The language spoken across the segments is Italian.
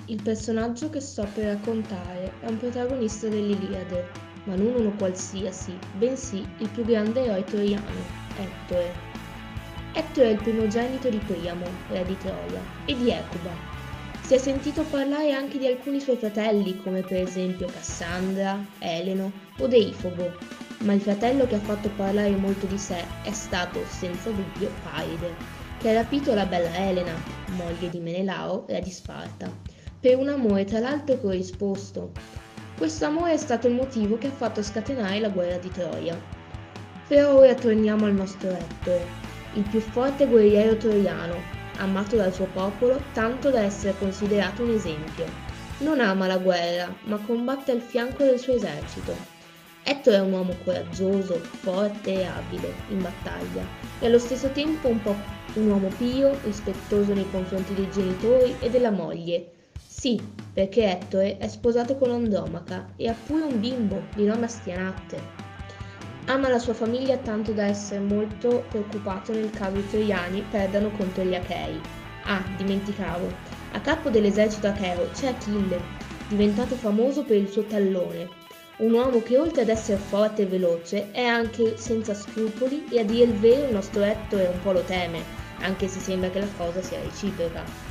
Il personaggio che sto per raccontare è un protagonista dell'Iliade, ma non uno qualsiasi, bensì il più grande eroe troiano, Ettore. Ettore è il primogenito di Priamo, re di Troia, e di Ecuba. Si è sentito parlare anche di alcuni suoi fratelli, come per esempio Cassandra, Eleno o Deifobo, ma il fratello che ha fatto parlare molto di sé è stato, senza dubbio, Paride, che ha rapito la bella Elena, moglie di Menelao, re di Sparta, per un amore tra l'altro corrisposto. Questo amore è stato il motivo che ha fatto scatenare la guerra di Troia. Però ora torniamo al nostro Ettore, il più forte guerriero troiano, amato dal suo popolo tanto da essere considerato un esempio. Non ama la guerra, ma combatte al fianco del suo esercito. Ettore è un uomo coraggioso, forte e abile in battaglia, e allo stesso tempo un uomo pio, rispettoso nei confronti dei genitori e della moglie. Sì, perché Ettore è sposato con Andromaca e ha pure un bimbo di nome Astianatte. Ama la sua famiglia tanto da essere molto preoccupato nel caso i troiani perdano contro gli Achei. Ah, dimenticavo, a capo dell'esercito acheo c'è Achille, diventato famoso per il suo tallone, un uomo che oltre ad essere forte e veloce è anche senza scrupoli e a dire il vero il nostro Ettore un po' lo teme, anche se sembra che la cosa sia reciproca.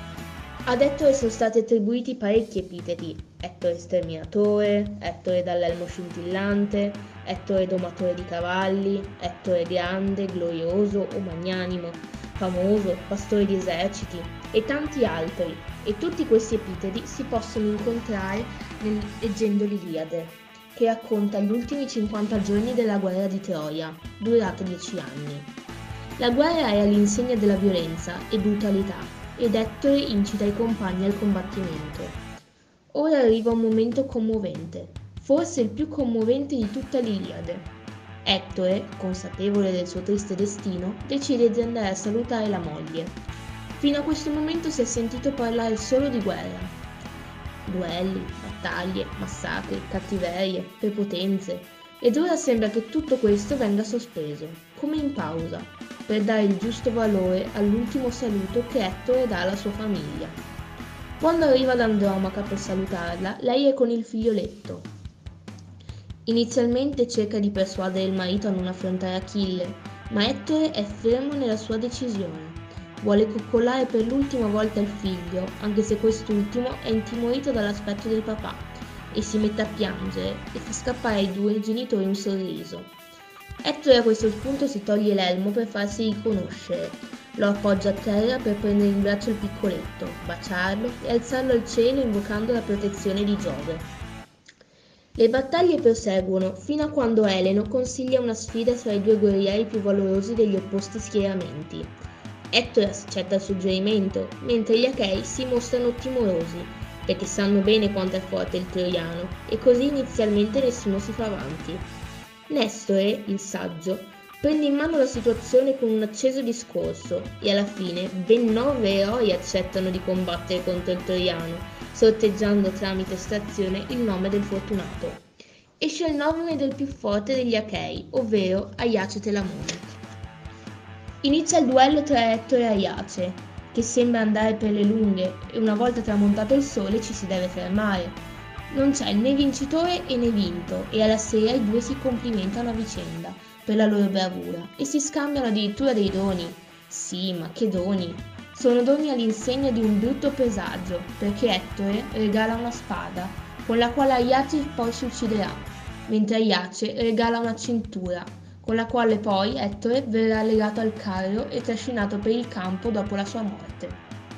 Ad Ettore sono stati attribuiti parecchi epiteti: Ettore sterminatore, Ettore dall'elmo scintillante, Ettore domatore di cavalli, Ettore grande, glorioso o magnanimo, famoso, pastore di eserciti e tanti altri, e tutti questi epiteti si possono incontrare leggendo l'Iliade, che racconta gli ultimi 50 giorni della guerra di Troia, durata 10 anni. La guerra è all'insegna della violenza e brutalità, ed Ettore incita i compagni al combattimento. Ora arriva un momento commovente, forse il più commovente di tutta l'Iliade. Ettore, consapevole del suo triste destino, decide di andare a salutare la moglie. Fino a questo momento si è sentito parlare solo di guerra. Duelli, battaglie, massacri, cattiverie, prepotenze, ed ora sembra che tutto questo venga sospeso, come in pausa, per dare il giusto valore all'ultimo saluto che Ettore dà alla sua famiglia. Quando arriva ad Andromaca per salutarla, lei è con il figlioletto. Inizialmente cerca di persuadere il marito a non affrontare Achille, ma Ettore è fermo nella sua decisione. Vuole coccolare per l'ultima volta il figlio, anche se quest'ultimo è intimorito dall'aspetto del papà, e si mette a piangere e fa scappare ai due genitori un sorriso. Ettore a questo punto si toglie l'elmo per farsi riconoscere, lo appoggia a terra per prendere in braccio il piccoletto, baciarlo e alzarlo al cielo invocando la protezione di Giove. Le battaglie proseguono fino a quando Eleno consiglia una sfida tra i due guerrieri più valorosi degli opposti schieramenti. Ettore accetta il suggerimento, mentre gli Achei si mostrano timorosi, perché sanno bene quanto è forte il troiano, e così inizialmente nessuno si fa avanti. Nestore, il saggio, prende in mano la situazione con un acceso discorso e alla fine ben 9 eroi accettano di combattere contro il troiano, sorteggiando tramite estrazione il nome del fortunato. Esce il nome del più forte degli Achei, ovvero Aiace Telamone. Inizia il duello tra Ettore e Aiace, che sembra andare per le lunghe e una volta tramontato il sole ci si deve fermare. Non c'è né vincitore né vinto, e alla sera i due si complimentano a vicenda per la loro bravura e si scambiano addirittura dei doni. Sì, ma che doni! Sono doni all'insegna di un brutto presagio, perché Ettore regala una spada, con la quale Aiace poi si ucciderà, mentre Aiace regala una cintura, con la quale poi Ettore verrà legato al carro e trascinato per il campo dopo la sua morte.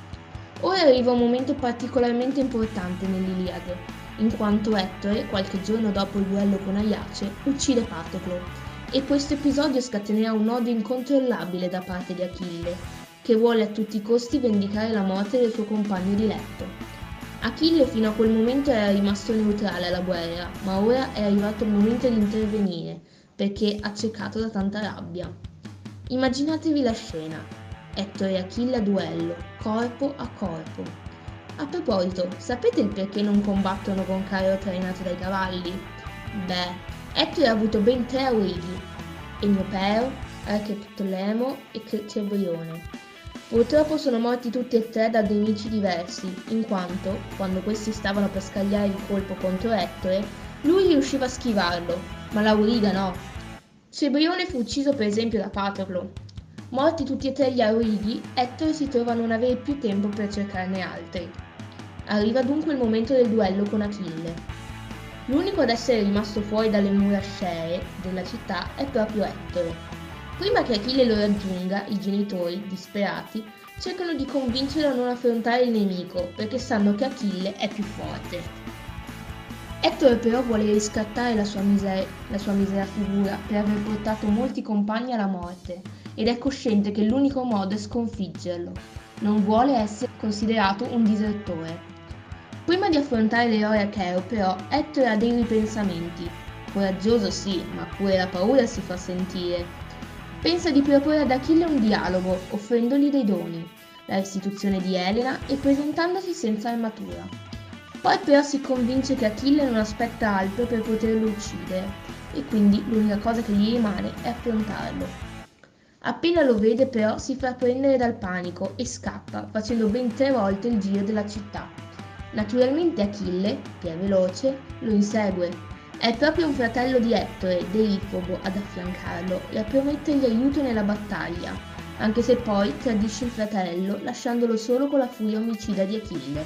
Ora arriva un momento particolarmente importante nell'Iliade, in quanto Ettore, qualche giorno dopo il duello con Aiace, uccide Patoclo, e questo episodio scatenerà un odio incontrollabile da parte di Achille, che vuole a tutti i costi vendicare la morte del suo compagno di letto. Achille fino a quel momento era rimasto neutrale alla guerra, ma ora è arrivato il momento di intervenire, perché accecato da tanta rabbia. Immaginatevi la scena: Ettore e Achille a duello, corpo a corpo. A proposito, sapete il perché non combattono con carro trainato dai cavalli? Beh, Ettore ha avuto ben 3 aurighi: Eniopeo, Archeptolemo e Cebrione. Purtroppo sono morti tutti e tre da nemici diversi, in quanto, quando questi stavano per scagliare il colpo contro Ettore, lui riusciva a schivarlo, ma l'Auriga no. Cebrione fu ucciso per esempio da Patroclo. Morti tutti e tre gli Aurighi, Ettore si trova a non avere più tempo per cercarne altri. Arriva dunque il momento del duello con Achille. L'unico ad essere rimasto fuori dalle mura scee della città è proprio Ettore. Prima che Achille lo raggiunga, i genitori, disperati, cercano di convincerlo a non affrontare il nemico perché sanno che Achille è più forte. Ettore però vuole riscattare la sua misera figura per aver portato molti compagni alla morte ed è cosciente che l'unico modo è sconfiggerlo. Non vuole essere considerato un disertore. Prima di affrontare l'eroe Acheo però Ettore ha dei ripensamenti. Coraggioso sì, ma pure la paura si fa sentire. Pensa di proporre ad Achille un dialogo, offrendogli dei doni, la restituzione di Elena e presentandosi senza armatura. Poi però si convince che Achille non aspetta altro per poterlo uccidere, e quindi l'unica cosa che gli rimane è affrontarlo. Appena lo vede però si fa prendere dal panico e scappa, facendo ben 3 volte il giro della città. Naturalmente Achille, che è veloce, lo insegue. È proprio un fratello di Ettore, Deifobo, ad affiancarlo e a promettergli aiuto nella battaglia, anche se poi tradisce il fratello lasciandolo solo con la furia omicida di Achille.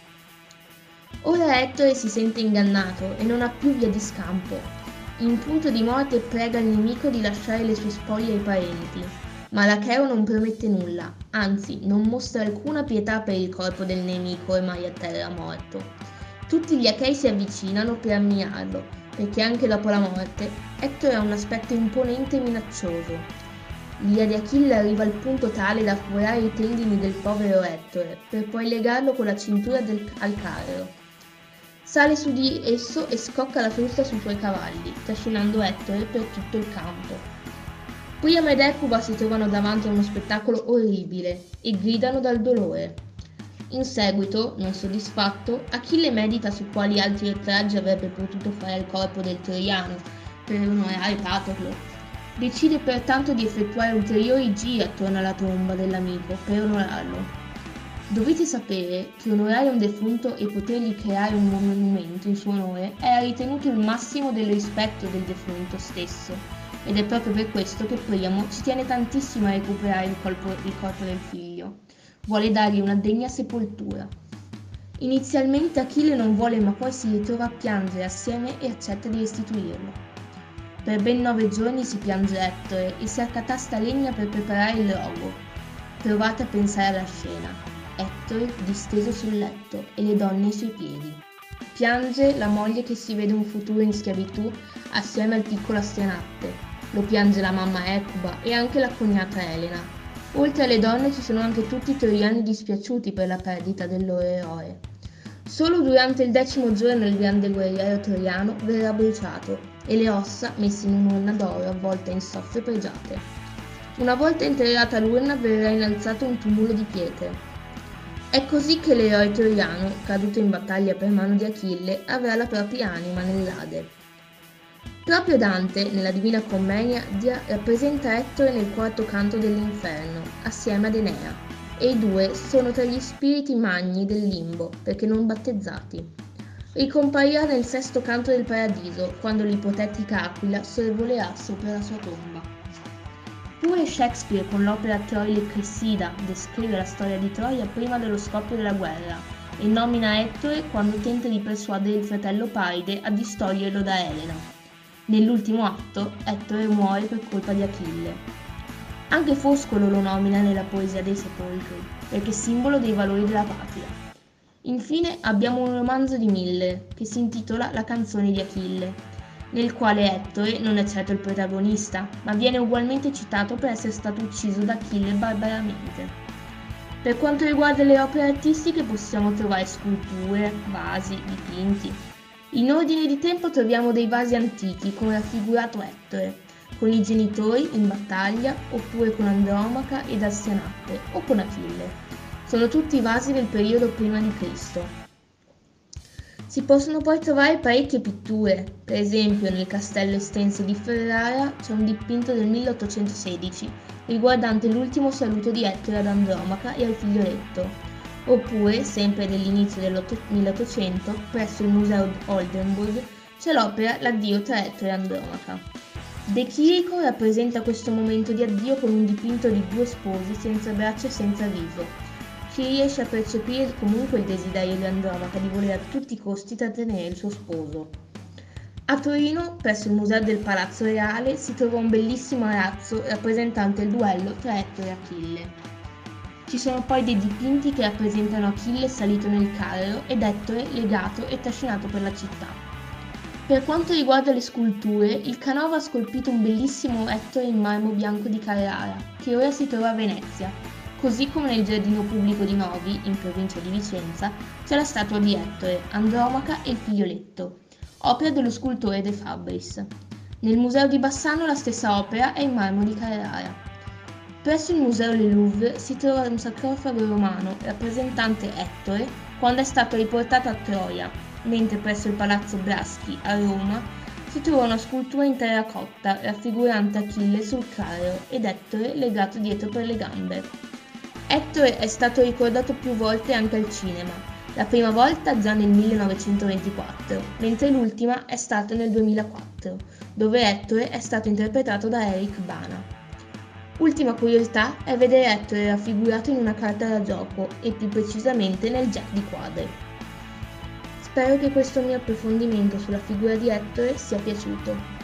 Ora Ettore si sente ingannato e non ha più via di scampo. In punto di morte prega il nemico di lasciare le sue spoglie ai parenti, ma l'Acheo non promette nulla, anzi non mostra alcuna pietà per il corpo del nemico ormai a terra morto. Tutti gli Achei si avvicinano per ammirarlo, perché anche dopo la morte Ettore ha un aspetto imponente e minaccioso. L'ira di Achille arriva al punto tale da forare i tendini del povero Ettore, per poi legarlo con la cintura al carro. Sale su di esso e scocca la frusta sui suoi cavalli, trascinando Ettore per tutto il campo. Priamo ed Ecuba si trovano davanti a uno spettacolo orribile e gridano dal dolore. In seguito, non soddisfatto, Achille medita su quali altri oltraggi avrebbe potuto fare al corpo del troiano per onorare Patroclo. Decide pertanto di effettuare ulteriori giri attorno alla tomba dell'amico per onorarlo. Dovete sapere che onorare un defunto e potergli creare un monumento in suo onore era ritenuto il massimo del rispetto del defunto stesso, ed è proprio per questo che Priamo ci tiene tantissimo a recuperare il corpo del figlio. Vuole dargli una degna sepoltura. Inizialmente Achille non vuole, ma poi si ritrova a piangere assieme e accetta di restituirlo. Per ben 9 giorni si piange Ettore e si accatasta legna per preparare il rogo. Provate a pensare alla scena. Ettore disteso sul letto e le donne ai suoi piedi. Piange la moglie che si vede un futuro in schiavitù assieme al piccolo Astianatte. Lo piange la mamma Ecuba e anche la cognata Elena. Oltre alle donne ci sono anche tutti i troiani dispiaciuti per la perdita del loro eroe. Solo durante il 10° giorno il grande guerriero troiano verrà bruciato e le ossa messe in un'urna d'oro avvolta in stoffe pregiate. Una volta interrata l'urna verrà innalzato un tumulo di pietre. È così che l'eroe troiano, caduto in battaglia per mano di Achille, avrà la propria anima nell'Ade. Proprio Dante, nella Divina Commedia, rappresenta Ettore nel 4° canto dell'Inferno, assieme ad Enea, e i due sono tra gli spiriti magni del limbo, perché non battezzati. Ricomparirà nel 6° canto del Paradiso, quando l'ipotetica aquila sorvolerà sopra la sua tomba. Pure Shakespeare, con l'opera Troy e Cressida, descrive la storia di Troia prima dello scoppio della guerra e nomina Ettore quando tenta di persuadere il fratello Paride a distoglierlo da Elena. Nell'ultimo atto, Ettore muore per colpa di Achille. Anche Foscolo lo nomina nella Poesia dei Sepolcri, perché è simbolo dei valori della patria. Infine abbiamo un romanzo di Miller, che si intitola La canzone di Achille, nel quale Ettore non è certo il protagonista, ma viene ugualmente citato per essere stato ucciso da Achille barbaramente. Per quanto riguarda le opere artistiche possiamo trovare sculture, vasi, dipinti. In ordine di tempo troviamo dei vasi antichi con raffigurato Ettore, con i genitori in battaglia oppure con Andromaca ed Astianatte o con Achille. Sono tutti vasi del periodo prima di Cristo. Si possono poi trovare parecchie pitture, per esempio nel castello Estense di Ferrara c'è un dipinto del 1816 riguardante l'ultimo saluto di Ettore ad Andromaca e al figlioletto, oppure, sempre dell'inizio del 1800, presso il Museo Oldenburg c'è l'opera L'addio tra Ettore e Andromaca. De Chirico rappresenta questo momento di addio con un dipinto di due sposi senza braccia e senza viso. Si riesce a percepire comunque il desiderio di Andromaca di volere a tutti i costi trattenere il suo sposo. A Torino, presso il Museo del Palazzo Reale, si trova un bellissimo arazzo rappresentante il duello tra Ettore e Achille. Ci sono poi dei dipinti che rappresentano Achille salito nel carro ed Ettore legato e trascinato per la città. Per quanto riguarda le sculture, il Canova ha scolpito un bellissimo Ettore in marmo bianco di Carrara, che ora si trova a Venezia. Così come nel giardino pubblico di Novi, in provincia di Vicenza, c'è la statua di Ettore, Andromaca e il figlioletto, opera dello scultore De Fabris. Nel museo di Bassano la stessa opera è in marmo di Carrara. Presso il museo Le Louvre si trova un sarcofago romano rappresentante Ettore quando è stato riportato a Troia, mentre presso il palazzo Braschi a Roma si trova una scultura in terracotta raffigurante Achille sul carro ed Ettore legato dietro per le gambe. Ettore è stato ricordato più volte anche al cinema, la prima volta già nel 1924, mentre l'ultima è stata nel 2004, dove Ettore è stato interpretato da Eric Bana. Ultima curiosità è vedere Ettore raffigurato in una carta da gioco e più precisamente nel Jack di quadri. Spero che questo mio approfondimento sulla figura di Ettore sia piaciuto.